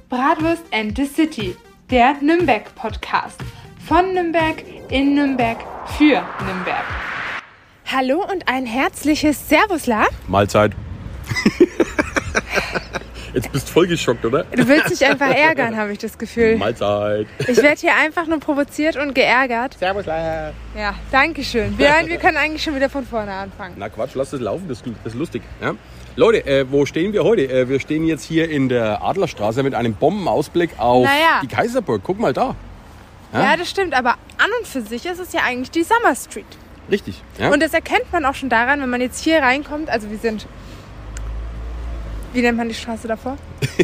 Bratwurst and the City, der Nürnberg-Podcast. Von Nürnberg, in Nürnberg, für Nürnberg. Hallo und ein herzliches Servusla. Mahlzeit. Jetzt bist du voll geschockt, oder? Du willst dich einfach ärgern, habe ich das Gefühl. Mahlzeit. Ich werde hier einfach nur provoziert und geärgert. Servusla. Ja, danke schön. Wir können eigentlich schon wieder von vorne anfangen. Na Quatsch, lass das laufen, das ist lustig. Ja? Leute, wo stehen wir heute? Wir stehen jetzt hier in der Adlerstraße mit einem Bombenausblick auf die Kaiserburg. Guck mal da. Ja, das stimmt, aber an und für sich ist es ja eigentlich die Summer Street. Richtig. Ja? Und das erkennt man auch schon daran, wenn man jetzt hier reinkommt. Also wir sind... Wie nennt man die Straße davor?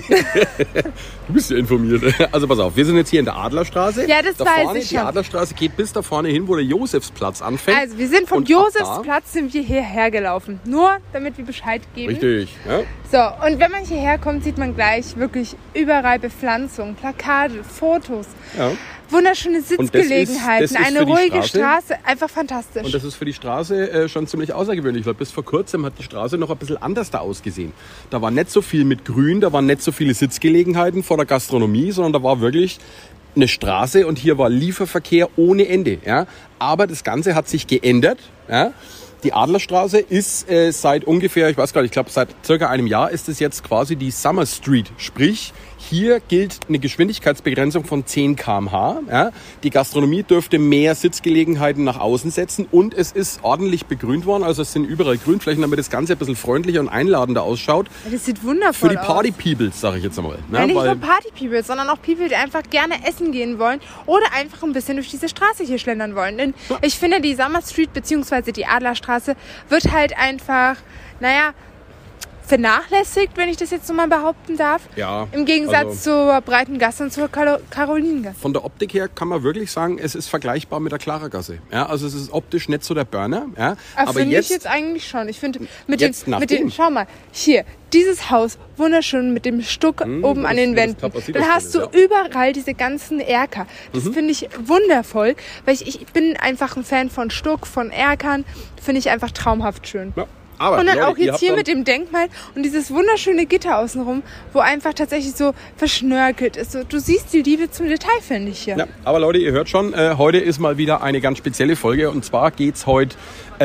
Du bist ja informiert. Also pass auf, wir sind jetzt hier in der Adlerstraße. Ja, das da weiß vorne, ich schon. Die Adlerstraße geht bis da vorne hin, wo der Josefsplatz anfängt. Also wir sind vom Josefsplatz sind wir hierher gelaufen. Nur damit wir Bescheid geben. Richtig. Ja? So, und wenn man hierher kommt, sieht man gleich wirklich überall Bepflanzung, Plakate, Fotos. Ja. Wunderschöne Sitzgelegenheiten, das ist eine ruhige Straße, einfach fantastisch. Und das ist für die Straße schon ziemlich außergewöhnlich, weil bis vor kurzem hat die Straße noch ein bisschen anders da ausgesehen. Da war nicht so viel mit Grün, da waren nicht so viele Sitzgelegenheiten vor der Gastronomie, sondern da war wirklich eine Straße und hier war Lieferverkehr ohne Ende. Ja? Aber das Ganze hat sich geändert. Ja? Die Adlerstraße ist seit ungefähr, ich weiß gar nicht, ich glaube seit circa einem Jahr ist es jetzt quasi die Summer Street. Sprich, hier gilt eine Geschwindigkeitsbegrenzung von 10 km/h. Ja. Die Gastronomie dürfte mehr Sitzgelegenheiten nach außen setzen und es ist ordentlich begrünt worden. Also es sind überall Grünflächen, damit das Ganze ein bisschen freundlicher und einladender ausschaut. Das sieht wundervoll aus. Für die Party-Peoples, sage ich jetzt einmal. Ja, nicht nur Party-Peoples, sondern auch People, die einfach gerne essen gehen wollen oder einfach ein bisschen durch diese Straße hier schlendern wollen. Denn ich finde, die Summer Street bzw. die Adlerstraße wird halt einfach, vernachlässigt, wenn ich das jetzt so mal behaupten darf. Ja. Im Gegensatz zur Breiten Gasse und zur Karolinengasse. Von der Optik her kann man wirklich sagen, es ist vergleichbar mit der Klarergasse. Ja, also es ist optisch nicht so der Burner. Ja, aber finde ich jetzt eigentlich schon. Ich finde, schau mal, hier, dieses Haus, wunderschön mit dem Stuck oben an den Wänden. Dann hast du überall diese ganzen Erker. Das finde ich wundervoll, weil ich bin einfach ein Fan von Stuck, von Erkern. Finde ich einfach traumhaft schön. Ja. Aber, und dann Leute, auch jetzt hier mit dem Denkmal und dieses wunderschöne Gitter außenrum, wo einfach tatsächlich so verschnörkelt ist. So, du siehst die Liebe zum Detail, finde ich hier. Ja, aber Leute, ihr hört schon, heute ist mal wieder eine ganz spezielle Folge. Und zwar geht es heute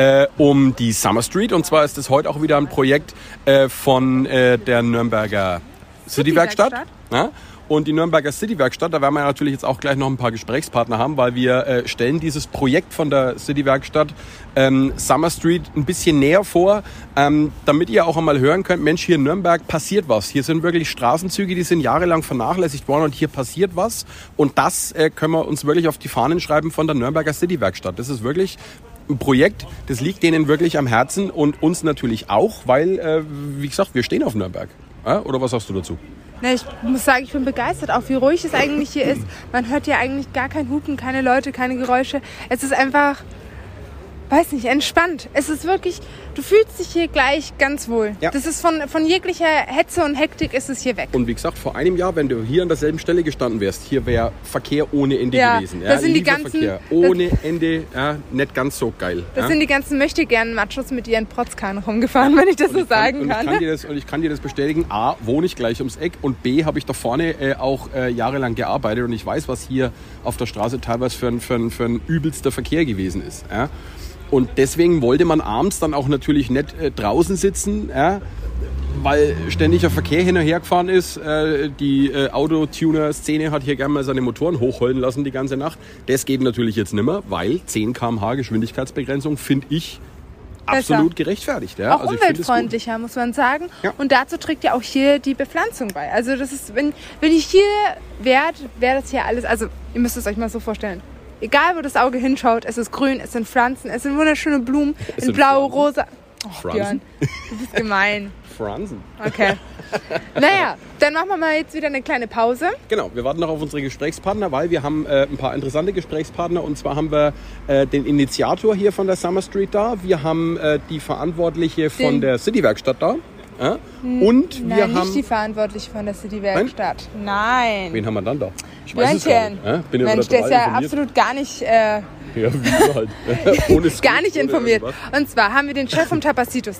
um die Summer Street. Und zwar ist es heute auch wieder ein Projekt von der Nürnberger City-Werkstatt. Ja? Und die Nürnberger City-Werkstatt, da werden wir natürlich jetzt auch gleich noch ein paar Gesprächspartner haben, weil wir stellen dieses Projekt von der City-Werkstatt Summer Street ein bisschen näher vor, damit ihr auch einmal hören könnt, Mensch, hier in Nürnberg passiert was. Hier sind wirklich Straßenzüge, die sind jahrelang vernachlässigt worden und hier passiert was. Und das können wir uns wirklich auf die Fahnen schreiben von der Nürnberger City-Werkstatt. Das ist wirklich ein Projekt, das liegt denen wirklich am Herzen und uns natürlich auch, weil, wie gesagt, wir stehen auf Nürnberg. Ja? Oder was sagst du dazu? Ich muss sagen, ich bin begeistert, auch wie ruhig es eigentlich hier ist. Man hört hier eigentlich gar kein Hupen, keine Leute, keine Geräusche. Es ist einfach, weiß nicht, entspannt. Es ist wirklich, du fühlst dich hier gleich ganz wohl. Ja. Das ist von jeglicher Hetze und Hektik ist es hier weg. Und wie gesagt, vor einem Jahr, wenn du hier an derselben Stelle gestanden wärst, hier wäre Verkehr ohne Ende gewesen. Das sind die ganzen, ohne Ende, nicht ganz so geil. Das sind die ganzen Möchtegern-Machos mit ihren Protzkahn rumgefahren, wenn ich das so sagen kann. Ich kann dir das bestätigen. A, wohne ich gleich ums Eck und B, habe ich da vorne auch jahrelang gearbeitet und ich weiß, was hier auf der Straße teilweise für ein übelster Verkehr gewesen ist. Ja? Und deswegen wollte man abends dann auch natürlich nicht draußen sitzen, weil ständiger Verkehr hin und her gefahren ist. Die Autotuner-Szene hat hier gerne mal seine Motoren hochheulen lassen die ganze Nacht. Das geht natürlich jetzt nicht mehr, weil 10 km/h Geschwindigkeitsbegrenzung finde ich absolut gerechtfertigt. Ja? Auch also umweltfreundlicher, muss man sagen. Ja. Und dazu trägt ja auch hier die Bepflanzung bei. Also das ist, wenn ich hier wäre das hier alles, also ihr müsst es euch mal so vorstellen. Egal, wo das Auge hinschaut, es ist grün, es sind Pflanzen, es sind wunderschöne Blumen in blau, rosa. Oh, Björn, du bist gemein. Fransen. Okay. Naja, dann machen wir mal jetzt wieder eine kleine Pause. Genau, wir warten noch auf unsere Gesprächspartner, weil wir haben ein paar interessante Gesprächspartner. Und zwar haben wir den Initiator hier von der Summer Street da. Wir haben die Verantwortliche von der City-Werkstatt da. Und wir haben nicht die Verantwortliche von der City-Werkstatt. Nein. Wen haben wir dann da? Ich weiß es gar nicht. Mensch, der ist ja absolut gar nicht... Ja, wie halt. Ohne gar nicht informiert. Und zwar haben wir den Chef vom Tapacitos da.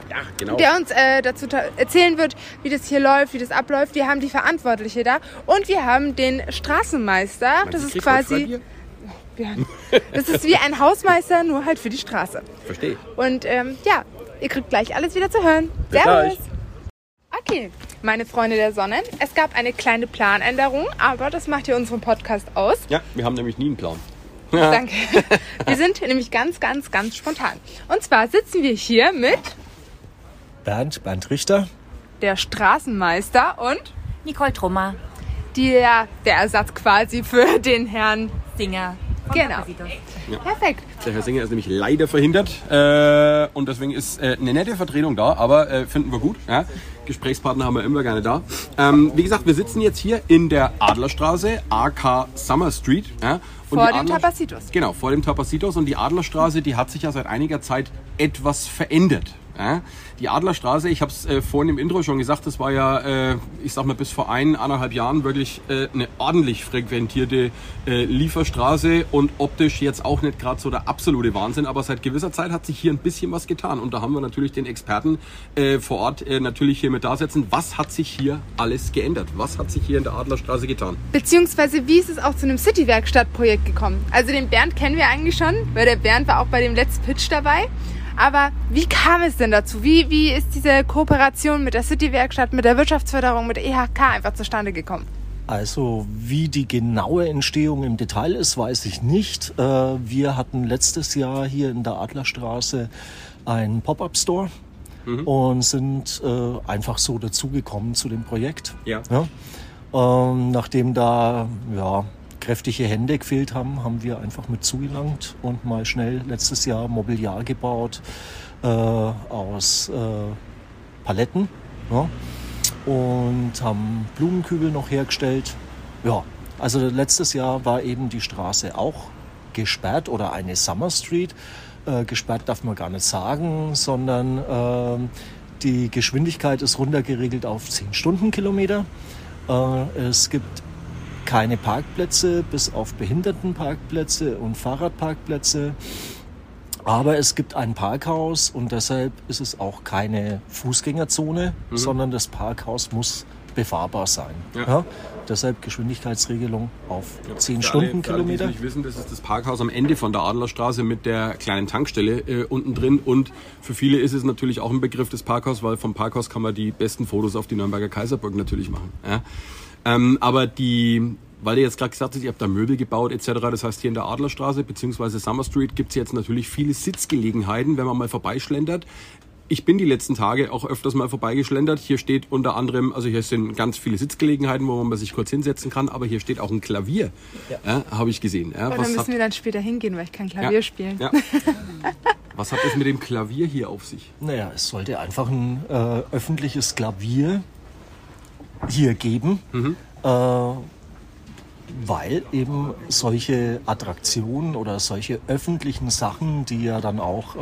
Ja, genau. Der uns dazu erzählen wird, wie das hier läuft, wie das abläuft. Wir haben die Verantwortliche da und wir haben den Straßenmeister. Das ist quasi... Ja, das ist wie ein Hausmeister, nur halt für die Straße. Verstehe. Und ihr kriegt gleich alles wieder zu hören. Servus! Okay, meine Freunde der Sonne, es gab eine kleine Planänderung, aber das macht ja unseren Podcast aus. Ja, wir haben nämlich nie einen Plan. Danke. Wir sind nämlich ganz, ganz, ganz spontan. Und zwar sitzen wir hier mit Bernd Richter, der Straßenmeister und Nicole Trummer, der Ersatz quasi für den Herrn Singer. Genau. Ja. Perfekt. Der Herr Singer ist nämlich leider verhindert und deswegen ist eine nette Vertretung da, aber finden wir gut. Ja? Gesprächspartner haben wir immer gerne da. Wie gesagt, wir sitzen jetzt hier in der Adlerstraße, AK Summer Street. Ja? Und vor dem Tapacitos. Genau, vor dem Tapacitos. Und die Adlerstraße, die hat sich ja seit einiger Zeit etwas verändert. Ja? Die Adlerstraße, ich habe es vorhin im Intro schon gesagt, das war ja, ich sag mal, bis vor 1,5 Jahren wirklich eine ordentlich frequentierte Lieferstraße und optisch jetzt auch nicht gerade so der absolute Wahnsinn, aber seit gewisser Zeit hat sich hier ein bisschen was getan und da haben wir natürlich den Experten vor Ort natürlich hier mit da sitzen. Was hat sich hier alles geändert? Was hat sich hier in der Adlerstraße getan? Beziehungsweise wie ist es auch zu einem City-Werkstatt-Projekt gekommen? Also den Bernd kennen wir eigentlich schon, weil der Bernd war auch bei dem Let's Pitch dabei. Aber wie kam es denn dazu? Wie ist diese Kooperation mit der City-Werkstatt, mit der Wirtschaftsförderung, mit der EHK einfach zustande gekommen? Also wie die genaue Entstehung im Detail ist, weiß ich nicht. Wir hatten letztes Jahr hier in der Adlerstraße einen Pop-Up-Store und sind einfach so dazugekommen zu dem Projekt. Ja. Nachdem da kräftige Hände gefehlt haben, haben wir einfach mit zugelangt und mal schnell letztes Jahr Mobiliar gebaut aus Paletten und haben Blumenkübel noch hergestellt. Ja, also letztes Jahr war eben die Straße auch gesperrt oder eine Summer Street. Gesperrt darf man gar nicht sagen, sondern die Geschwindigkeit ist runtergeregelt auf 10 Stundenkilometer. Es gibt keine Parkplätze, bis auf Behindertenparkplätze und Fahrradparkplätze. Aber es gibt ein Parkhaus und deshalb ist es auch keine Fußgängerzone, sondern das Parkhaus muss befahrbar sein. Ja. Deshalb Geschwindigkeitsregelung auf 10 Stundenkilometer. Für alle, die es nicht wissen, das ist das Parkhaus am Ende von der Adlerstraße mit der kleinen Tankstelle unten drin. Und für viele ist es natürlich auch ein Begriff des Parkhaus, weil vom Parkhaus kann man die besten Fotos auf die Nürnberger Kaiserburg natürlich machen. Ja. Aber weil ihr jetzt gerade gesagt habt, ihr habt da Möbel gebaut etc., das heißt hier in der Adlerstraße bzw. Summer Street gibt es jetzt natürlich viele Sitzgelegenheiten, wenn man mal vorbeischlendert. Ich bin die letzten Tage auch öfters mal vorbeigeschlendert. Hier steht unter anderem, also hier sind ganz viele Sitzgelegenheiten, wo man sich kurz hinsetzen kann, aber hier steht auch ein Klavier, habe ich gesehen. Ja, da müssen wir dann später hingehen, weil ich kann Klavier spielen. Ja. Was hat es mit dem Klavier hier auf sich? Naja, es sollte einfach ein öffentliches Klavier hier geben, weil eben solche Attraktionen oder solche öffentlichen Sachen, die ja dann auch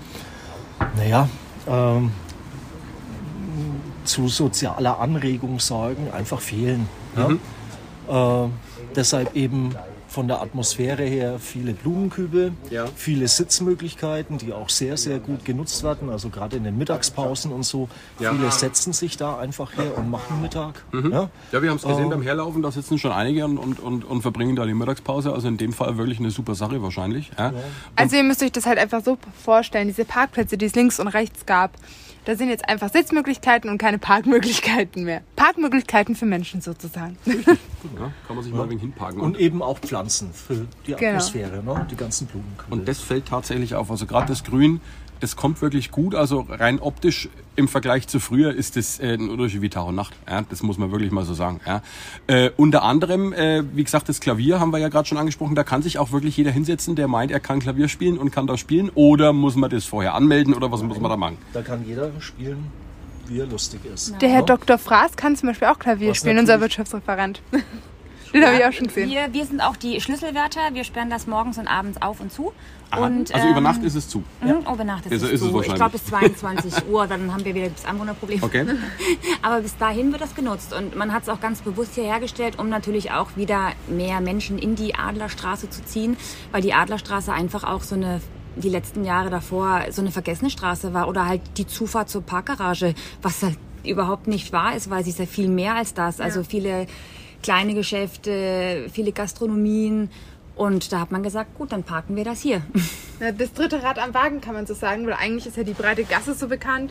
zu sozialer Anregung sorgen, einfach fehlen. Ja? Deshalb eben von der Atmosphäre her viele Blumenkübel, viele Sitzmöglichkeiten, die auch sehr, sehr gut genutzt werden, also gerade in den Mittagspausen und so. Ja. Viele setzen sich da einfach her und machen Mittag. Ja, wir haben es gesehen beim Herlaufen, da sitzen schon einige und verbringen da die Mittagspause, also in dem Fall wirklich eine super Sache wahrscheinlich. Ja. Also ihr müsst euch das halt einfach so vorstellen, diese Parkplätze, die es links und rechts gab, da sind jetzt einfach Sitzmöglichkeiten und keine Parkmöglichkeiten mehr. Parkmöglichkeiten für Menschen sozusagen. Ja, kann man sich mal wegen hinparken. Und eben auch Pflanzen für die Atmosphäre, die ganzen Blumenkübel. Und das fällt tatsächlich auf. Also gerade das Grün, das kommt wirklich gut. Also rein optisch im Vergleich zu früher ist das ein Unterschied wie Tag und Nacht. Ja, das muss man wirklich mal so sagen. Ja. Unter anderem, wie gesagt, das Klavier haben wir ja gerade schon angesprochen. Da kann sich auch wirklich jeder hinsetzen, der meint, er kann Klavier spielen und kann da spielen. Oder muss man das vorher anmelden oder was muss man da machen? Da kann jeder spielen, wie er lustig ist. Der Herr Dr. Fraß kann zum Beispiel auch Klavier spielen, unser Wirtschaftsreferent. Den habe ich auch schon gesehen. Wir sind auch die Schlüsselwärter. Wir sperren das morgens und abends auf und zu. Und, also über Nacht ist es zu? Über Nacht ist es zu. Ich glaube bis 22 Uhr, dann haben wir wieder das Anwohnerproblem. Okay. Aber bis dahin wird das genutzt. Und man hat es auch ganz bewusst hier hergestellt, um natürlich auch wieder mehr Menschen in die Adlerstraße zu ziehen. Weil die Adlerstraße einfach auch so eine die letzten Jahre davor so eine vergessene Straße war oder halt die Zufahrt zur Parkgarage, was halt überhaupt nicht wahr ist, weil sie ist ja viel mehr als das. Also viele kleine Geschäfte, viele Gastronomien. Und da hat man gesagt, gut, dann parken wir das hier. Das dritte Rad am Wagen kann man so sagen, weil eigentlich ist ja die breite Gasse so bekannt,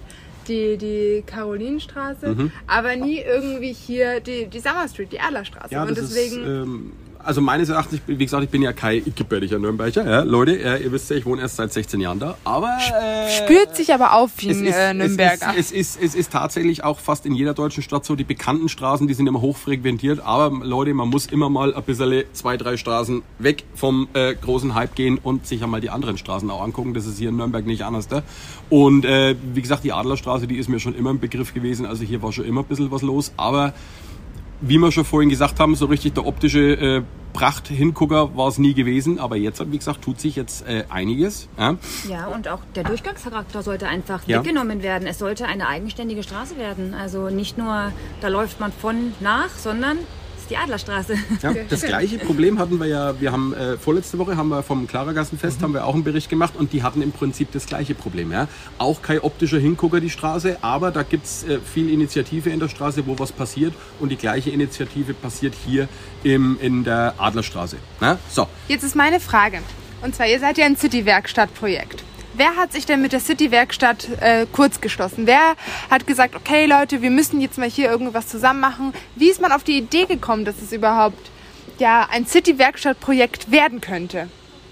die Karolinenstraße, aber nie irgendwie hier die Summer Street, die Adlerstraße. Ja, und deswegen... Also meines Erachtens, wie gesagt, ich bin ja kein gebürtiger Nürnberger. Ja, Leute, ihr wisst ja, ich wohne erst seit 16 Jahren da. Aber spürt sich aber auf wie ein Nürnberger. Es ist tatsächlich auch fast in jeder deutschen Stadt so, die bekannten Straßen, die sind immer hochfrequentiert. Aber Leute, man muss immer mal ein bisschen 2-3 Straßen weg vom großen Hype gehen und sich einmal die anderen Straßen auch angucken. Das ist hier in Nürnberg nicht anders. Da. Und wie gesagt, die Adlerstraße, die ist mir schon immer ein Begriff gewesen. Also hier war schon immer ein bisschen was los. Aber wie wir schon vorhin gesagt haben, so richtig der optische Pracht-Hingucker war es nie gewesen. Aber jetzt, wie gesagt, tut sich jetzt einiges. Ja, und auch der Durchgangscharakter sollte einfach weggenommen werden. Es sollte eine eigenständige Straße werden. Also nicht nur, da läuft man von nach, sondern die Adlerstraße. Ja, das gleiche Problem hatten wir ja, wir haben vorletzte Woche haben wir vom Klarergassenfest haben wir auch einen Bericht gemacht und die hatten im Prinzip das gleiche Problem. Ja. Auch kein optischer Hingucker die Straße, aber da gibt es viel Initiative in der Straße, wo was passiert und die gleiche Initiative passiert hier in der Adlerstraße. Ja. So. Jetzt ist meine Frage, und zwar ihr seid ja ein City-Werkstatt-Projekt. Wer hat sich denn mit der City-Werkstatt kurz geschlossen? Wer hat gesagt, okay Leute, wir müssen jetzt mal hier irgendwas zusammen machen? Wie ist man auf die Idee gekommen, dass es überhaupt ein City-Werkstatt-Projekt werden könnte?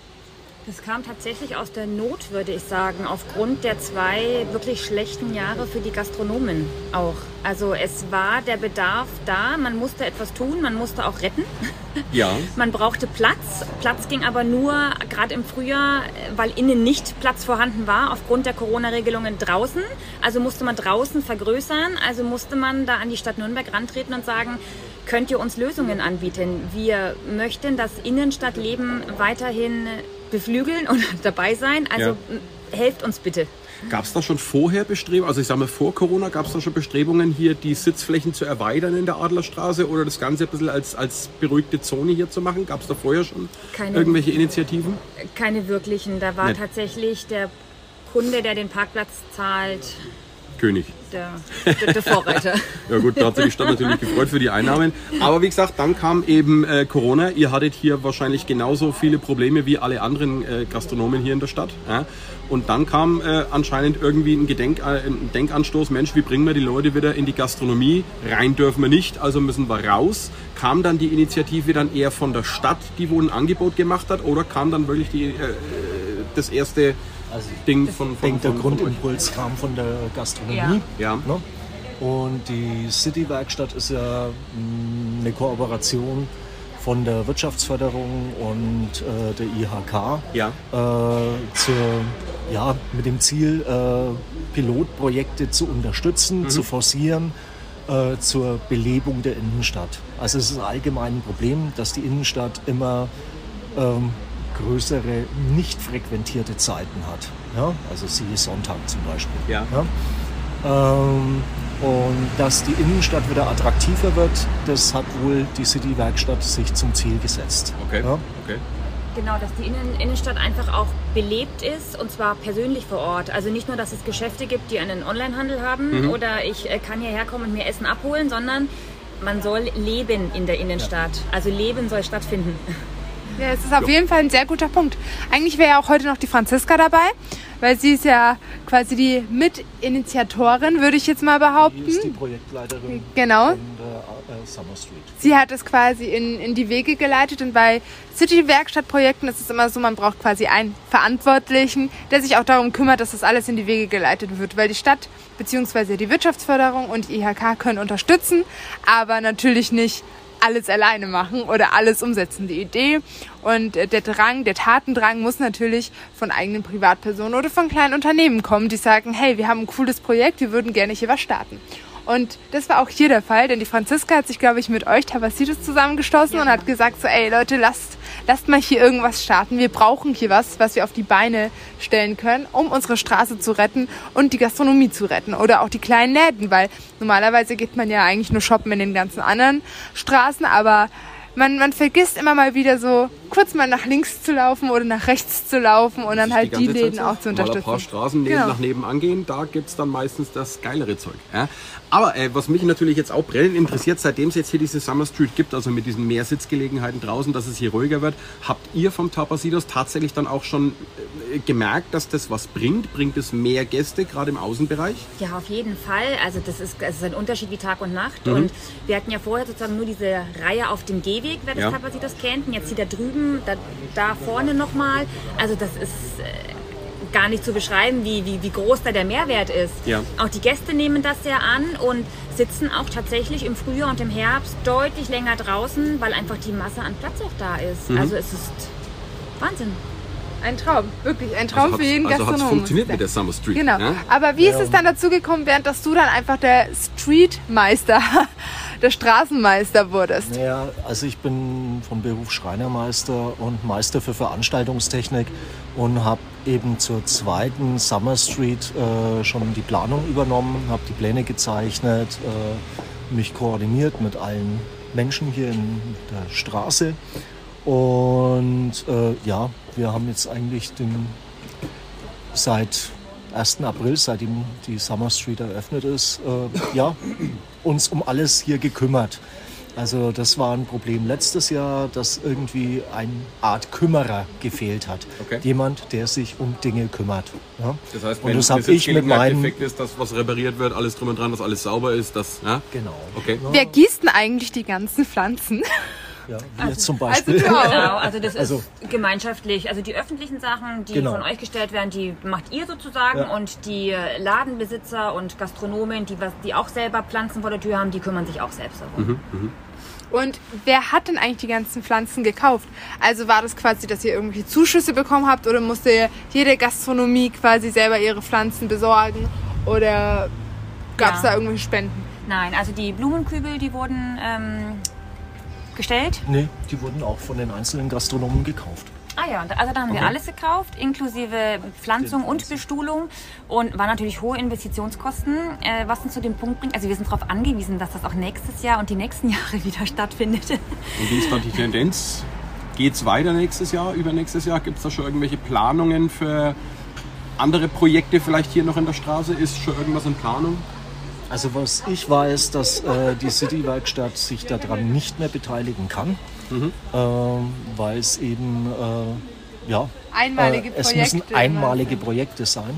Das kam tatsächlich aus der Not, würde ich sagen, aufgrund der 2 wirklich schlechten Jahre für die Gastronomen auch. Also es war der Bedarf da, man musste etwas tun, man musste auch retten. Ja. Man brauchte Platz. Platz ging aber nur, gerade im Frühjahr, weil innen nicht Platz vorhanden war, aufgrund der Corona-Regelungen draußen. Also musste man draußen vergrößern, also musste man da an die Stadt Nürnberg rantreten und sagen, könnt ihr uns Lösungen anbieten? Wir möchten das Innenstadtleben weiterhin beflügeln und dabei sein. Also helft uns bitte. Gab es da schon vorher Bestrebungen, also ich sage mal vor Corona, gab es da schon Bestrebungen hier die Sitzflächen zu erweitern in der Adlerstraße oder das Ganze ein bisschen als beruhigte Zone hier zu machen? Gab es da vorher schon irgendwelche Initiativen? Keine wirklichen. Da war tatsächlich der Kunde, der den Parkplatz zahlt, König. Der Vorreiter. Ja gut, da hat sich die Stadt natürlich gefreut für die Einnahmen. Aber wie gesagt, dann kam eben Corona. Ihr hattet hier wahrscheinlich genauso viele Probleme wie alle anderen Gastronomen hier in der Stadt. Ja? Und dann kam anscheinend irgendwie ein Denkanstoß, Mensch, wie bringen wir die Leute wieder in die Gastronomie? Rein dürfen wir nicht, also müssen wir raus. Kam dann die Initiative dann eher von der Stadt, die wohl ein Angebot gemacht hat, oder kam dann wirklich das erste Ding von der Grundimpuls kam von der Gastronomie. Ja. Ne? Und die City-Werkstatt ist ja eine Kooperation von der Wirtschaftsförderung und der IHK mit dem Ziel, Pilotprojekte zu unterstützen, zu forcieren zur Belebung der Innenstadt. Also es ist allgemein ein Problem, dass die Innenstadt immer größere, nicht frequentierte Zeiten hat. Ja? Also siehe Sonntag zum Beispiel. Ja. Ja? Und dass die Innenstadt wieder attraktiver wird, das hat wohl die City-Werkstatt sich zum Ziel gesetzt. Okay. Ja? Okay. Genau, dass die Innenstadt einfach auch belebt ist und zwar persönlich vor Ort. Also nicht nur, dass es Geschäfte gibt, die einen Onlinehandel haben oder ich kann hierher kommen und mir Essen abholen, sondern man soll leben in der Innenstadt. Also Leben soll stattfinden. Ja, es ist auf jeden Fall ein sehr guter Punkt. Eigentlich wäre ja auch heute noch die Franziska dabei, weil sie ist ja quasi die Mitinitiatorin, würde ich jetzt mal behaupten. Sie ist die Projektleiterin genau. von der Summer Street. Sie hat es quasi in die Wege geleitet und bei City-Werkstatt-Projekten ist es immer so, man braucht quasi einen Verantwortlichen, der sich auch darum kümmert, dass das alles in die Wege geleitet wird, weil die Stadt bzw. die Wirtschaftsförderung und die IHK können unterstützen, aber natürlich nicht alles alleine machen oder alles umsetzen. Die Idee und der Tatendrang muss natürlich von eigenen Privatpersonen oder von kleinen Unternehmen kommen, die sagen, hey, wir haben ein cooles Projekt, wir würden gerne hier was starten. Und das war auch hier der Fall, denn die Franziska hat sich, glaube ich, mit euch, Tabacitos, zusammengestoßen und hat gesagt so, ey Leute, lasst mal hier irgendwas starten. Wir brauchen hier was wir auf die Beine stellen können, um unsere Straße zu retten und die Gastronomie zu retten oder auch die kleinen Läden, weil normalerweise geht man ja eigentlich nur shoppen in den ganzen anderen Straßen, aber man vergisst immer mal wieder so, kurz mal nach links zu laufen oder nach rechts zu laufen und dann halt die Läden auch zu unterstützen. Mal ein paar Straßenläden nach nebenan gehen, da gibt es dann meistens das geilere Zeug. Ja? Aber was mich natürlich jetzt auch brennend interessiert, seitdem es jetzt hier diese Summer Street gibt, also mit diesen mehr Sitzgelegenheiten draußen, dass es hier ruhiger wird, habt ihr vom Tapacidos tatsächlich dann auch schon gemerkt, dass das was bringt? Bringt es mehr Gäste, gerade im Außenbereich? Ja, auf jeden Fall. Also das ist ein Unterschied wie Tag und Nacht. Und wir hatten ja vorher sozusagen nur diese Reihe auf dem Gehweg, wer das Tapacidos kennt. Und jetzt hier da drüben, da vorne nochmal. Also das ist gar nicht zu beschreiben, wie groß da der Mehrwert ist. Ja. Auch die Gäste nehmen das sehr an und sitzen auch tatsächlich im Frühjahr und im Herbst deutlich länger draußen, weil einfach die Masse an Platz auch da ist. Also es ist Wahnsinn. Ein Traum, wirklich ein Traum für jeden Gastronomen. Also hat es funktioniert mit der Summer Street. Genau, ja? Aber wie ist es dann dazu gekommen, während dass du dann einfach der Streetmeister, der Straßenmeister wurdest? Naja, also ich bin vom Beruf Schreinermeister und Meister für Veranstaltungstechnik und habe eben zur zweiten Summer Street schon die Planung übernommen, habe die Pläne gezeichnet, mich koordiniert mit allen Menschen hier in der Straße. Und wir haben jetzt eigentlich seit 1. April, seitdem die Summer Street eröffnet ist, uns um alles hier gekümmert. Also das war ein Problem letztes Jahr, dass irgendwie eine Art Kümmerer gefehlt hat. Okay. Jemand, der sich um Dinge kümmert. Ja? Das heißt, wenn das defekt ist, dass was repariert wird, alles drum und dran, dass alles sauber ist, das... Ja? Genau. Okay. Wer gießt denn eigentlich die ganzen Pflanzen? Ja, wie jetzt zum Beispiel. Genau, also das ist gemeinschaftlich. Also die öffentlichen Sachen, die von euch gestellt werden, die macht ihr sozusagen. Ja. Und die Ladenbesitzer und Gastronomen, die auch selber Pflanzen vor der Tür haben, die kümmern sich auch selbst darum. Und wer hat denn eigentlich die ganzen Pflanzen gekauft? Also war das quasi, dass ihr irgendwelche Zuschüsse bekommen habt oder musste jede Gastronomie quasi selber ihre Pflanzen besorgen? Oder gab es da irgendwelche Spenden? Nein, also die Blumenkübel, die wurden... gestellt? Nee, die wurden auch von den einzelnen Gastronomen gekauft. Ah ja, also da haben wir alles gekauft, inklusive Pflanzung und Bestuhlung und war natürlich hohe Investitionskosten, was uns zu dem Punkt bringt. Also wir sind darauf angewiesen, dass das auch nächstes Jahr und die nächsten Jahre wieder stattfindet. Und wie ist da die Tendenz? Geht es weiter nächstes Jahr, übernächstes Jahr? Gibt es da schon irgendwelche Planungen für andere Projekte vielleicht hier noch in der Straße? Ist schon irgendwas in Planung? Also was ich weiß, dass die City-Werkstatt sich daran nicht mehr beteiligen kann, weil es eben einmalige es müssen einmalige Projekte sein.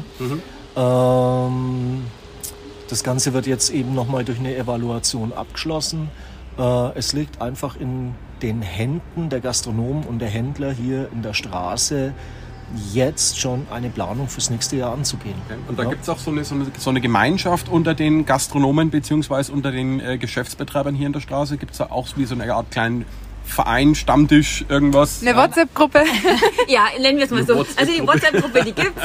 Das Ganze wird jetzt eben nochmal durch eine Evaluation abgeschlossen. Es liegt einfach in den Händen der Gastronomen und der Händler hier in der Straße, jetzt schon eine Planung fürs nächste Jahr anzugehen. Okay. Und da gibt es auch so eine Gemeinschaft unter den Gastronomen bzw. unter den Geschäftsbetreibern hier in der Straße? Gibt es da auch wie so eine Art kleinen Verein, Stammtisch, irgendwas? Eine WhatsApp-Gruppe? Ja, nennen wir es mal so. Also die WhatsApp-Gruppe, die gibt's.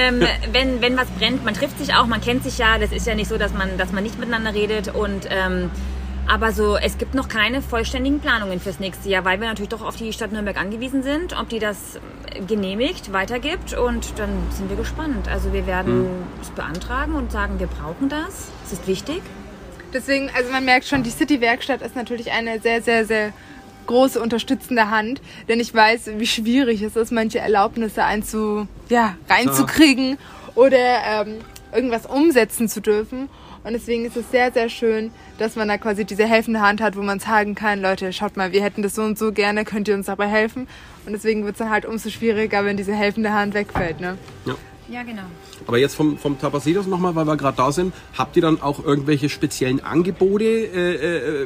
Wenn was brennt, man trifft sich auch, man kennt sich ja. Das ist ja nicht so, dass man nicht miteinander redet und aber so, es gibt noch keine vollständigen Planungen fürs nächste Jahr, weil wir natürlich doch auf die Stadt Nürnberg angewiesen sind, ob die das genehmigt, weitergibt und dann sind wir gespannt. Also wir werden es beantragen und sagen, wir brauchen das, es ist wichtig. Deswegen, also man merkt schon, die City-Werkstatt ist natürlich eine sehr, sehr, sehr große unterstützende Hand, denn ich weiß, wie schwierig es ist, manche Erlaubnisse reinzukriegen oder irgendwas umsetzen zu dürfen. Und deswegen ist es sehr, sehr schön, dass man da quasi diese helfende Hand hat, wo man sagen kann, Leute, schaut mal, wir hätten das so und so gerne, könnt ihr uns dabei helfen? Und deswegen wird es dann halt umso schwieriger, wenn diese helfende Hand wegfällt. Ne? Ja, genau. Aber jetzt vom Tapacidos nochmal, weil wir gerade da sind, habt ihr dann auch irgendwelche speziellen Angebote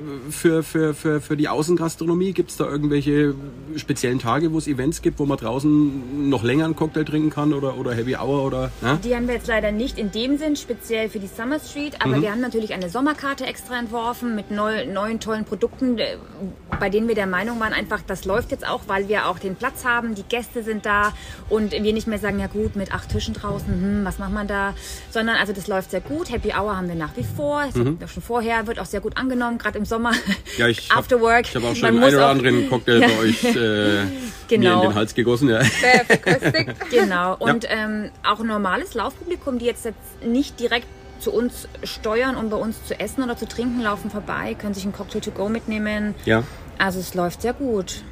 für die Außengastronomie? Gibt es da irgendwelche speziellen Tage, wo es Events gibt, wo man draußen noch länger einen Cocktail trinken kann oder Happy Hour? Oder, ja? Die haben wir jetzt leider nicht in dem Sinn, speziell für die Summer Street, aber wir haben natürlich eine Sommerkarte extra entworfen mit neuen tollen Produkten, bei denen wir der Meinung waren, einfach, das läuft jetzt auch, weil wir auch den Platz haben, die Gäste sind da und wir nicht mehr sagen, ja gut, mit 8 Tischen draußen, was macht man da? Sondern also das läuft sehr gut. Happy Hour haben wir nach wie vor. Das hatten wir schon vorher, wird auch sehr gut angenommen, gerade im Sommer. Ja, ich After Work. Ich habe auch schon einen oder anderen Cocktail bei euch mir in den Hals gegossen. Ja. Sehr verköstigt. Genau. Und auch ein normales Laufpublikum, die jetzt nicht direkt zu uns steuern, um bei uns zu essen oder zu trinken, laufen vorbei, können sich einen Cocktail to go mitnehmen. Ja. Also es läuft sehr gut.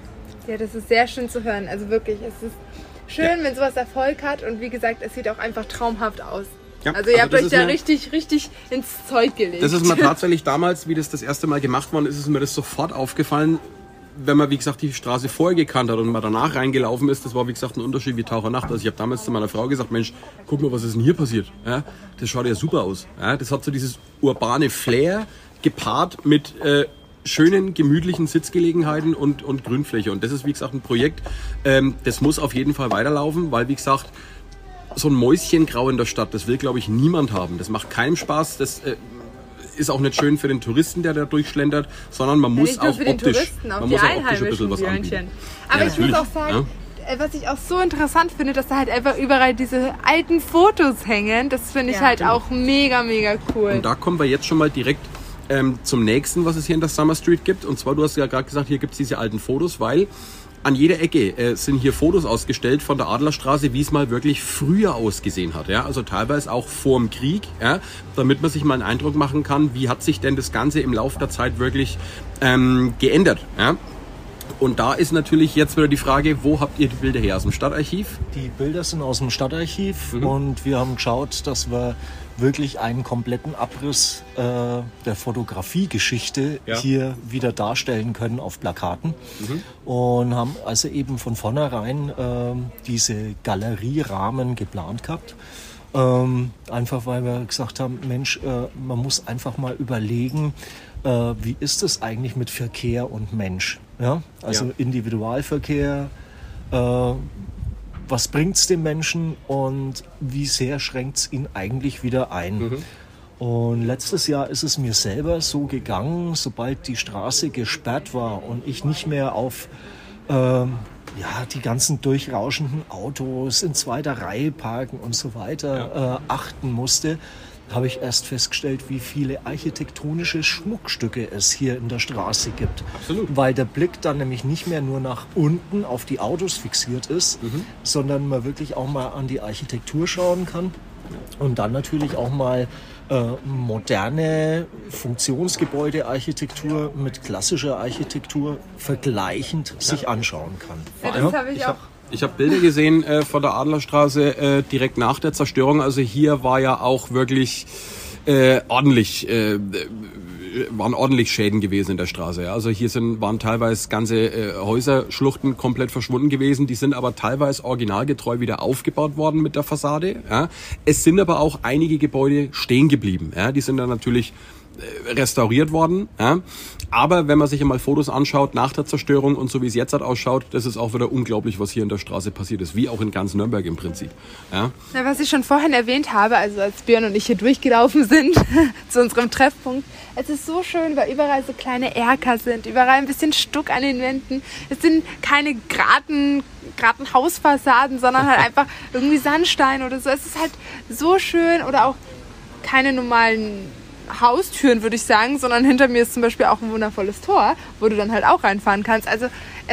Ja, das ist sehr schön zu hören. Also wirklich, es ist schön, wenn sowas Erfolg hat und wie gesagt, es sieht auch einfach traumhaft aus. Ja, also ihr habt euch da richtig ins Zeug gelegt. Das ist mir tatsächlich damals, wie das erste Mal gemacht worden ist, ist mir das sofort aufgefallen, wenn man, wie gesagt, die Straße vorher gekannt hat und man danach reingelaufen ist. Das war, wie gesagt, ein Unterschied wie Tag und Nacht. Also ich habe damals zu meiner Frau gesagt, Mensch, guck mal, was ist denn hier passiert? Ja, das schaut ja super aus. Ja, das hat so dieses urbane Flair gepaart mit schönen, gemütlichen Sitzgelegenheiten und Grünfläche. Und das ist, wie gesagt, ein Projekt, das muss auf jeden Fall weiterlaufen, weil, wie gesagt, so ein Mäuschengrau in der Stadt, das will, glaube ich, niemand haben. Das macht keinem Spaß. Das ist auch nicht schön für den Touristen, der da durchschlendert, sondern man muss auch optisch, man muss auch optisch ein bisschen was anbieten. Aber ich muss auch sagen, was ich auch so interessant finde, dass da halt einfach überall diese alten Fotos hängen. Das finde ich halt auch mega, mega cool. Und da kommen wir jetzt schon mal direkt zum nächsten, was es hier in der Summer Street gibt. Und zwar, du hast ja gerade gesagt, hier gibt es diese alten Fotos, weil an jeder Ecke sind hier Fotos ausgestellt von der Adlerstraße, wie es mal wirklich früher ausgesehen hat. Ja? Also teilweise auch vorm Krieg, ja? Damit man sich mal einen Eindruck machen kann, wie hat sich denn das Ganze im Laufe der Zeit wirklich geändert. Ja? Und da ist natürlich jetzt wieder die Frage, wo habt ihr die Bilder her? Aus dem Stadtarchiv? Die Bilder sind aus dem Stadtarchiv und wir haben geschaut, dass wir wirklich einen kompletten Abriss der Fotografiegeschichte hier wieder darstellen können auf Plakaten. Und haben also eben von vornherein diese Galerierahmen geplant gehabt. Einfach weil wir gesagt haben, Mensch, man muss einfach mal überlegen, wie ist es eigentlich mit Verkehr und Mensch? Ja? Also Individualverkehr, was bringt es dem Menschen und wie sehr schränkt es ihn eigentlich wieder ein? Und letztes Jahr ist es mir selber so gegangen, sobald die Straße gesperrt war und ich nicht mehr auf die ganzen durchrauschenden Autos in zweiter Reihe parken und so weiter achten musste, habe ich erst festgestellt, wie viele architektonische Schmuckstücke es hier in der Straße gibt. Absolut. Weil der Blick dann nämlich nicht mehr nur nach unten auf die Autos fixiert ist, sondern man wirklich auch mal an die Architektur schauen kann und dann natürlich auch mal moderne Funktionsgebäudearchitektur mit klassischer Architektur vergleichend sich anschauen kann. Ja, das habe ich auch. Ich habe Bilder gesehen von der Adlerstraße direkt nach der Zerstörung. Also hier war ja auch wirklich waren ordentlich Schäden gewesen in der Straße. Also hier waren teilweise ganze Häuserschluchten komplett verschwunden gewesen. Die sind aber teilweise originalgetreu wieder aufgebaut worden mit der Fassade. Ja. Es sind aber auch einige Gebäude stehen geblieben. Ja. Die sind dann natürlich restauriert worden. Ja. Aber wenn man sich einmal Fotos anschaut nach der Zerstörung und so wie es jetzt halt ausschaut, das ist auch wieder unglaublich, was hier in der Straße passiert ist. Wie auch in ganz Nürnberg im Prinzip. Ja. Na, was ich schon vorhin erwähnt habe, also als Björn und ich hier durchgelaufen sind zu unserem Treffpunkt, es ist so schön, weil überall so kleine Erker sind, überall ein bisschen Stuck an den Wänden. Es sind keine geraden Hausfassaden, sondern halt einfach irgendwie Sandstein oder so. Es ist halt so schön oder auch keine normalen Haustüren, würde ich sagen, sondern hinter mir ist zum Beispiel auch ein wundervolles Tor, wo du dann halt auch reinfahren kannst. Also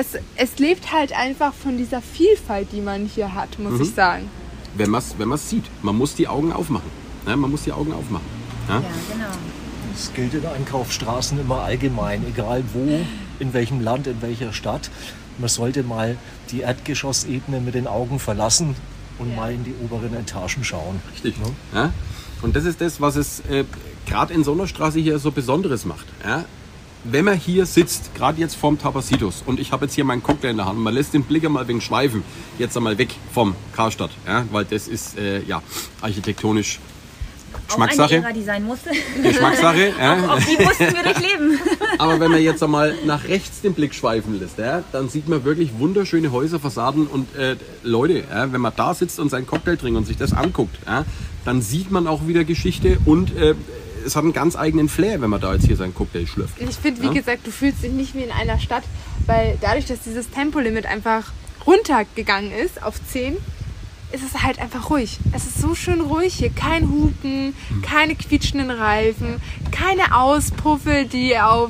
es lebt halt einfach von dieser Vielfalt, die man hier hat, muss ich sagen. Wenn man es sieht, man muss die Augen aufmachen. Ja, man muss die Augen aufmachen. Ja, genau. Das gilt in Einkaufsstraßen immer allgemein, egal wo, in welchem Land, in welcher Stadt. Man sollte mal die Erdgeschossebene mit den Augen verlassen und mal in die oberen Etagen schauen. Richtig. Ja? Und das ist das, was es gerade in so einer Straße hier so Besonderes macht. Ja? Wenn man hier sitzt, gerade jetzt vorm Tabacitos, und ich habe jetzt hier meinen Cocktail in der Hand, und man lässt den Blick einmal wegen schweifen, jetzt einmal weg vom Karstadt, ja? Weil das ist architektonisch Geschmackssache. Auch eine Ära, die sein musste. Geschmackssache. Ja. Auch die mussten wir durchleben. Aber wenn man jetzt einmal nach rechts den Blick schweifen lässt, ja, dann sieht man wirklich wunderschöne Häuser, Fassaden und Leute, ja, wenn man da sitzt und seinen Cocktail trinkt und sich das anguckt, ja, dann sieht man auch wieder Geschichte und es hat einen ganz eigenen Flair, wenn man da jetzt hier seinen Cocktail schlürft. Ich finde, wie gesagt, du fühlst dich nicht wie in einer Stadt, weil dadurch, dass dieses Tempolimit einfach runtergegangen ist auf 10, ist es halt einfach ruhig. Es ist so schön ruhig hier. Kein Hupen, keine quietschenden Reifen, keine Auspuffe, die auf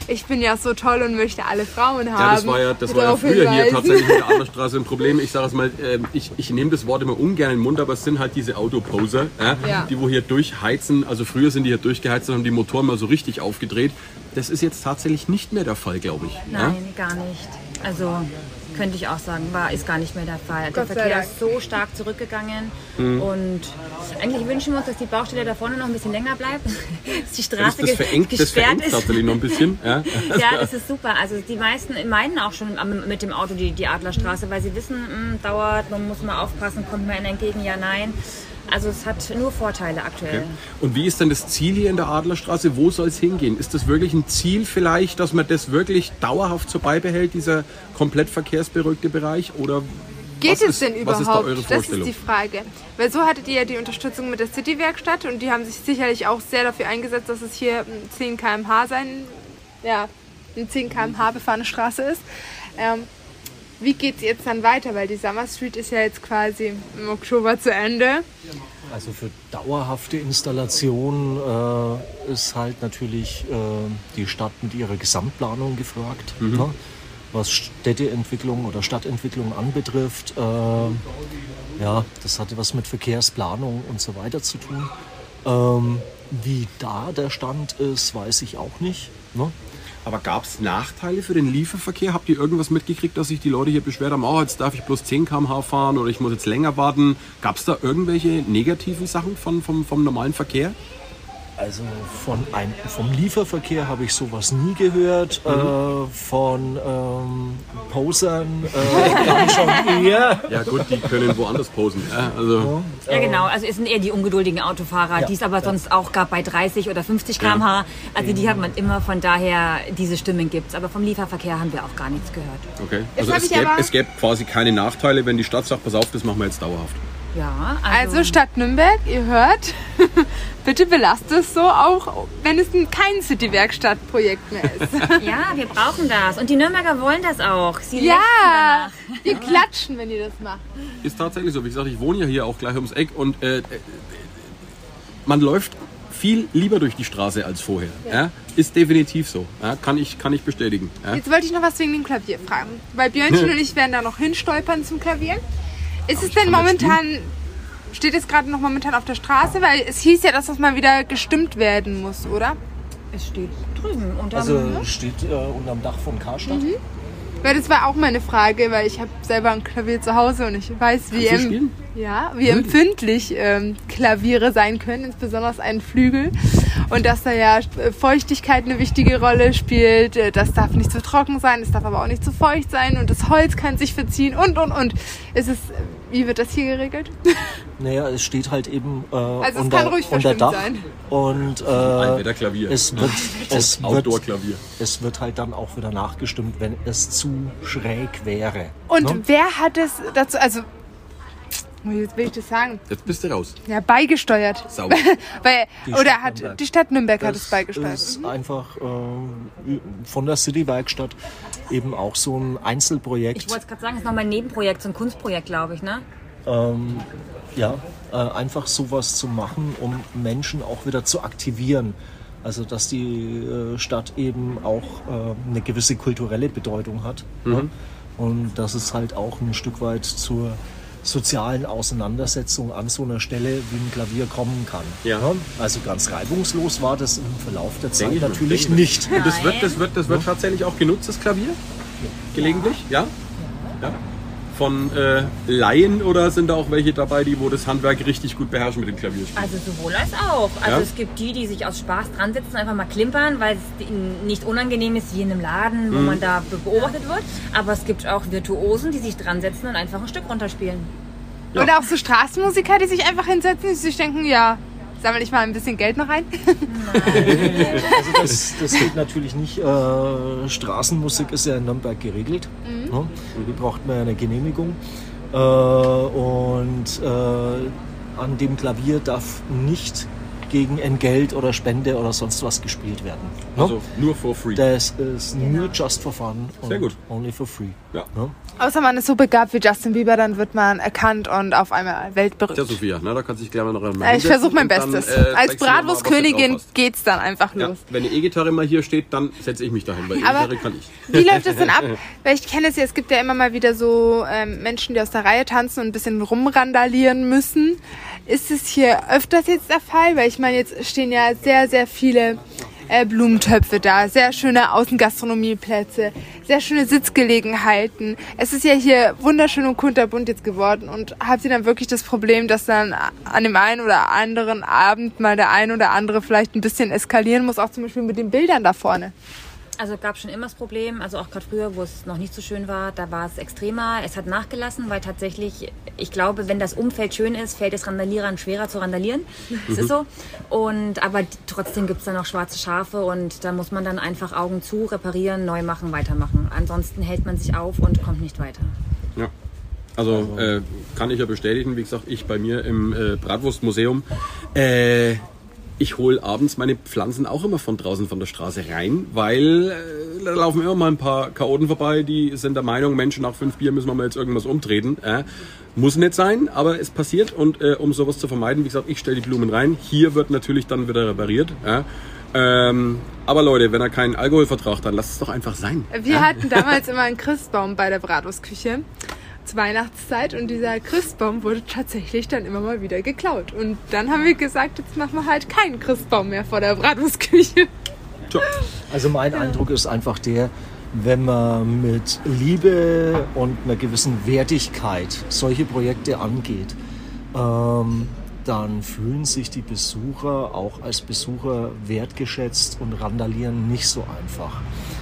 ich bin ja so toll und möchte alle Frauen haben. Ja, das war ja früher hier tatsächlich in der Adlerstraße ein Problem. Ich sage es mal, ich nehme das Wort immer ungern in den Mund, aber es sind halt diese Autoposer, die wo hier durchheizen. Also früher sind die hier durchgeheizt und haben die Motoren mal so richtig aufgedreht. Das ist jetzt tatsächlich nicht mehr der Fall, glaube ich. Nein, gar nicht. Also könnte ich auch sagen, ist gar nicht mehr der Fall. Der Verkehr ist so stark zurückgegangen und eigentlich wünschen wir uns, dass die Baustelle da vorne noch ein bisschen länger bleibt. Dass die Straße gesperrt ist. Tatsächlich noch ein bisschen. Ja, das ist super. Also die meisten meiden auch schon mit dem Auto die Adlerstraße, weil sie wissen, dauert, man muss mal aufpassen, kommt mir einer entgegen, ja, nein. Also es hat nur Vorteile aktuell. Okay. Und wie ist denn das Ziel hier in der Adlerstraße? Wo soll es hingehen? Ist das wirklich ein Ziel vielleicht, dass man das wirklich dauerhaft so beibehält, dieser komplett verkehrsberuhigte Bereich? Oder geht es denn überhaupt? Was ist da eure Vorstellung? Das ist die Frage. Weil so hattet ihr ja die Unterstützung mit der City-Werkstatt und die haben sich sicherlich auch sehr dafür eingesetzt, dass es hier 10 km/h eine 10 km/h befahrene Straße ist. Wie geht es jetzt dann weiter? Weil die Summer Street ist ja jetzt quasi im Oktober zu Ende. Also für dauerhafte Installation ist halt natürlich die Stadt mit ihrer Gesamtplanung gefragt. Ne? Was Städteentwicklung oder Stadtentwicklung anbetrifft. Das hatte was mit Verkehrsplanung und so weiter zu tun. Wie da der Stand ist, weiß ich auch nicht. Ne? Aber gab es Nachteile für den Lieferverkehr? Habt ihr irgendwas mitgekriegt, dass sich die Leute hier beschwert haben, jetzt darf ich bloß 10 km/h fahren oder ich muss jetzt länger warten? Gab es da irgendwelche negativen Sachen vom normalen Verkehr? Also vom Lieferverkehr habe ich sowas nie gehört. Von Posern dann schon eher. Ja gut, die können woanders posen. Ja genau, also es sind eher die ungeduldigen Autofahrer, die es aber sonst auch gab bei 30 oder 50 km/h. Also die hat man immer, von daher diese Stimmen gibt es. Aber vom Lieferverkehr haben wir auch gar nichts gehört. Okay, also es gäbe quasi keine Nachteile, wenn die Stadt sagt, pass auf, das machen wir jetzt dauerhaft. Ja, also Stadt Nürnberg, ihr hört, bitte belasst es so, auch wenn es kein City-Werkstatt-Projekt mehr ist. Ja, wir brauchen das. Und die Nürnberger wollen das auch. Sie wir klatschen, wenn ihr das macht. Ist tatsächlich so. Wie gesagt, ich wohne ja hier auch gleich ums Eck und man läuft viel lieber durch die Straße als vorher. Ja? Ist definitiv so. Ja? Kann ich bestätigen. Ja? Jetzt wollte ich noch was wegen dem Klavier fragen. Weil Björnchen und ich werden da noch hinstolpern zum Klavier. Ist es denn momentan, steht es gerade noch momentan auf der Straße? Weil es hieß ja, dass das mal wieder gestimmt werden muss, oder? Es steht drüben. Steht unterm Dach von Karstadt. Weil das war auch meine Frage, weil ich habe selber ein Klavier zu Hause und ich weiß, wie empfindlich Klaviere sein können, insbesondere ein Flügel. Und dass da ja Feuchtigkeit eine wichtige Rolle spielt. Das darf nicht zu trocken sein, es darf aber auch nicht zu feucht sein und das Holz kann sich verziehen und. Wie wird das hier geregelt? Naja, es steht halt eben also es kann ruhig unter Dach sein. Und Klavier. Es Outdoor-Klavier. Es wird halt dann auch wieder nachgestimmt, wenn es zu schräg wäre. Und wer hat es dazu, also jetzt will ich das sagen. Jetzt bist du raus. Ja, beigesteuert. Sauber. Die Stadt Nürnberg hat es beigesteuert. Das ist einfach von der City-Werkstatt eben auch so ein Einzelprojekt. Ich wollte es gerade sagen, es ist nochmal ein Nebenprojekt, so ein Kunstprojekt, glaube ich, ne? Einfach sowas zu machen, um Menschen auch wieder zu aktivieren. Also dass die Stadt eben auch eine gewisse kulturelle Bedeutung hat. Ne? Und dass es halt auch ein Stück weit zur sozialen Auseinandersetzung an so einer Stelle wie ein Klavier kommen kann. Ja. Also ganz reibungslos war das im Verlauf der Zeit natürlich nicht. Und das wird tatsächlich auch genutzt, das Klavier? Gelegentlich? Ja? Von Laien oder sind da auch welche dabei, wo das Handwerk richtig gut beherrschen mit dem Klavierspielen? Also sowohl als auch. Also es gibt die sich aus Spaß dran sitzen, einfach mal klimpern, weil es ihnen nicht unangenehm ist wie in einem Laden, wo man da beobachtet wird. Aber es gibt auch Virtuosen, die sich dran setzen und einfach ein Stück runterspielen. Ja. Oder auch so Straßenmusiker, die sich einfach hinsetzen und sich denken, sammle ich mal ein bisschen Geld noch ein? Nein. Also das geht natürlich nicht. Straßenmusik ist ja in Nürnberg geregelt. Ne? Die braucht man eine Genehmigung. Und an dem Klavier darf nicht gegen Entgelt oder Spende oder sonst was gespielt werden. Also nur for free. Das ist nur just for fun. Sehr gut. Only for free. Ja. Außer man ist so begabt wie Justin Bieber, dann wird man erkannt und auf einmal weltberühmt. Ja, Sophia, da kannst du dich gleich mal noch einmal ich versuche mein Bestes. Als Bratwurstkönigin geht's dann einfach los. Wenn die E-Gitarre mal hier steht, dann setze ich mich dahin, weil E-Gitarre kann ich. Wie läuft das denn ab? Weil ich kenne es ja, es gibt ja immer mal wieder so Menschen, die aus der Reihe tanzen und ein bisschen rumrandalieren müssen. Ist es hier öfters jetzt der Fall? Weil ich meine, jetzt stehen ja sehr, sehr viele Blumentöpfe da, sehr schöne Außengastronomieplätze, sehr schöne Sitzgelegenheiten. Es ist ja hier wunderschön und kunterbunt jetzt geworden. Und habt ihr dann wirklich das Problem, dass dann an dem einen oder anderen Abend mal der ein oder andere vielleicht ein bisschen eskalieren muss, auch zum Beispiel mit den Bildern da vorne? Also gab schon immer das Problem, also auch gerade früher, wo es noch nicht so schön war, da war es extremer. Es hat nachgelassen, weil tatsächlich, ich glaube, wenn das Umfeld schön ist, fällt es Randalierern schwerer zu randalieren. Das ist so. Aber trotzdem gibt es dann noch schwarze Schafe und da muss man dann einfach Augen zu, reparieren, neu machen, weitermachen. Ansonsten hält man sich auf und kommt nicht weiter. Ja. Also kann ich ja bestätigen, wie gesagt, ich bei mir im Bratwurstmuseum, ich hole abends meine Pflanzen auch immer von draußen von der Straße rein, weil da laufen immer mal ein paar Chaoten vorbei, die sind der Meinung, Mensch, nach 5 Bier müssen wir mal jetzt irgendwas umtreten. Muss nicht sein, aber es passiert und um sowas zu vermeiden, wie gesagt, ich stelle die Blumen rein. Hier wird natürlich dann wieder repariert. Aber Leute, wenn er keinen Alkohol vertragt, dann lasst es doch einfach sein. Wir hatten damals immer einen Christbaum bei der Bratwurstküche zur Weihnachtszeit und dieser Christbaum wurde tatsächlich dann immer mal wieder geklaut. Und dann haben wir gesagt, jetzt machen wir halt keinen Christbaum mehr vor der Bratwurstküche. Also mein Eindruck ist einfach der, wenn man mit Liebe und einer gewissen Wertigkeit solche Projekte angeht, dann fühlen sich die Besucher auch als Besucher wertgeschätzt und randalieren nicht so einfach.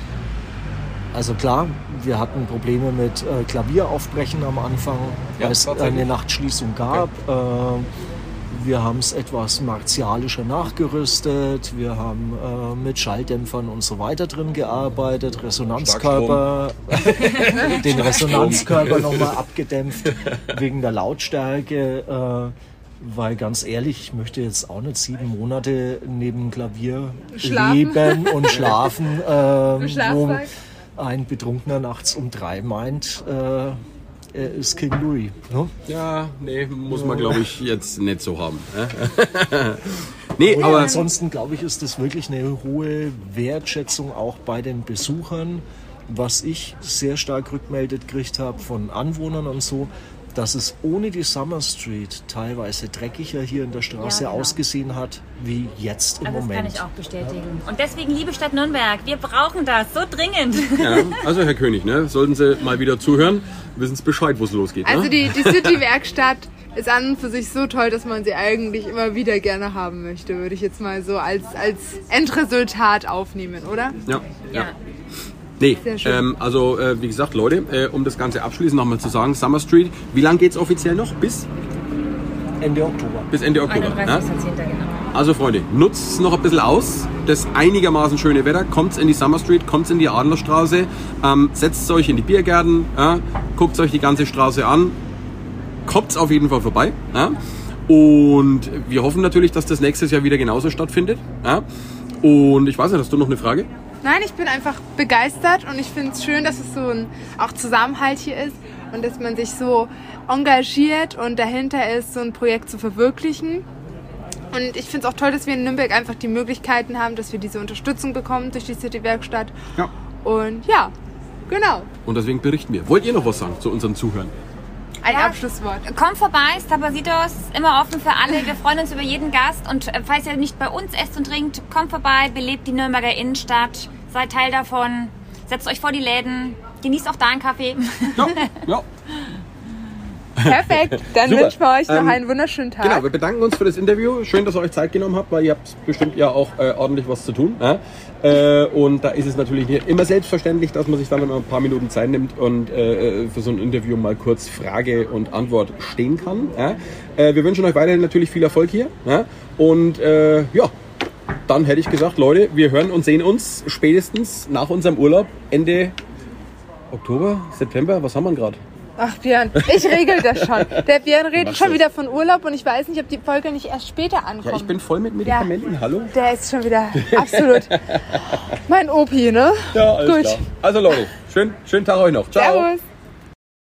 Also klar, wir hatten Probleme mit Klavieraufbrechen am Anfang, weil es eine Nachtschließung gab. Okay. Wir haben es etwas martialischer nachgerüstet. Wir haben mit Schalldämpfern und so weiter drin gearbeitet. Resonanzkörper, den Resonanzkörper nochmal abgedämpft wegen der Lautstärke. Weil ganz ehrlich, ich möchte jetzt auch nicht 7 Monate neben Klavier leben und schlafen, wo ein Betrunkener nachts um 3 meint, er ist King Louis. Ne? Ja, nee, muss man glaube ich jetzt nicht so haben. Nee, aber ansonsten glaube ich, ist das wirklich eine hohe Wertschätzung auch bei den Besuchern, was ich sehr stark rückmeldet gekriegt habe von Anwohnern und so, dass es ohne die Summer Street teilweise dreckiger hier in der Straße ausgesehen hat, wie jetzt im Moment. Das kann ich auch bestätigen. Und deswegen, liebe Stadt Nürnberg, wir brauchen das so dringend. Ja, also Herr König, sollten Sie mal wieder zuhören, wissen Sie Bescheid, wo es losgeht. Also die City-Werkstatt ist an und für sich so toll, dass man sie eigentlich immer wieder gerne haben möchte, würde ich jetzt mal so als Endresultat aufnehmen, oder? Ja. Nee, also wie gesagt, Leute, um das Ganze abschließend nochmal zu sagen, Summer Street, wie lange geht es offiziell noch? Bis Ende Oktober. Bis Ende Oktober. 31.10. Genau. Also Freunde, nutzt es noch ein bisschen aus, das einigermaßen schöne Wetter, kommt in die Summer Street, kommt in die Adlerstraße, setzt euch in die Biergärten, guckt euch die ganze Straße an, kommt auf jeden Fall vorbei. Und wir hoffen natürlich, dass das nächstes Jahr wieder genauso stattfindet. Und ich weiß nicht, hast du noch eine Frage? Nein, ich bin einfach begeistert und ich finde es schön, dass es so ein auch Zusammenhalt hier ist und dass man sich so engagiert und dahinter ist, so ein Projekt zu verwirklichen. Und ich finde es auch toll, dass wir in Nürnberg einfach die Möglichkeiten haben, dass wir diese Unterstützung bekommen durch die City-Werkstatt. Ja. Und ja, genau. Und deswegen berichten wir. Wollt ihr noch was sagen zu unseren Zuhörern? Ein Abschlusswort. Kommt vorbei, Stabasitos, immer offen für alle. Wir freuen uns über jeden Gast. Und falls ihr nicht bei uns esst und trinkt, kommt vorbei, belebt die Nürnberger Innenstadt, seid Teil davon, setzt euch vor die Läden, genießt auch da einen Kaffee. Ja. Perfekt, dann wünschen wir euch noch einen wunderschönen Tag. Genau, wir bedanken uns für das Interview. Schön, dass ihr euch Zeit genommen habt, weil ihr habt bestimmt ja auch ordentlich was zu tun. Und da ist es natürlich nicht immer selbstverständlich, dass man sich dann immer ein paar Minuten Zeit nimmt und für so ein Interview mal kurz Frage und Antwort stehen kann. Wir wünschen euch weiterhin natürlich viel Erfolg hier. Und dann hätte ich gesagt, Leute, wir hören und sehen uns spätestens nach unserem Urlaub Ende Oktober, September. Was haben wir gerade? Ach Björn, ich regel das schon. Der Björn redet schon wieder von Urlaub und ich weiß nicht, ob die Folge nicht erst später ankommt. Ja, ich bin voll mit Medikamenten, hallo? Der ist schon wieder absolut mein Opi, ne? Ja, alles klar. Also Leute, schönen Tag euch noch. Ciao. Servus.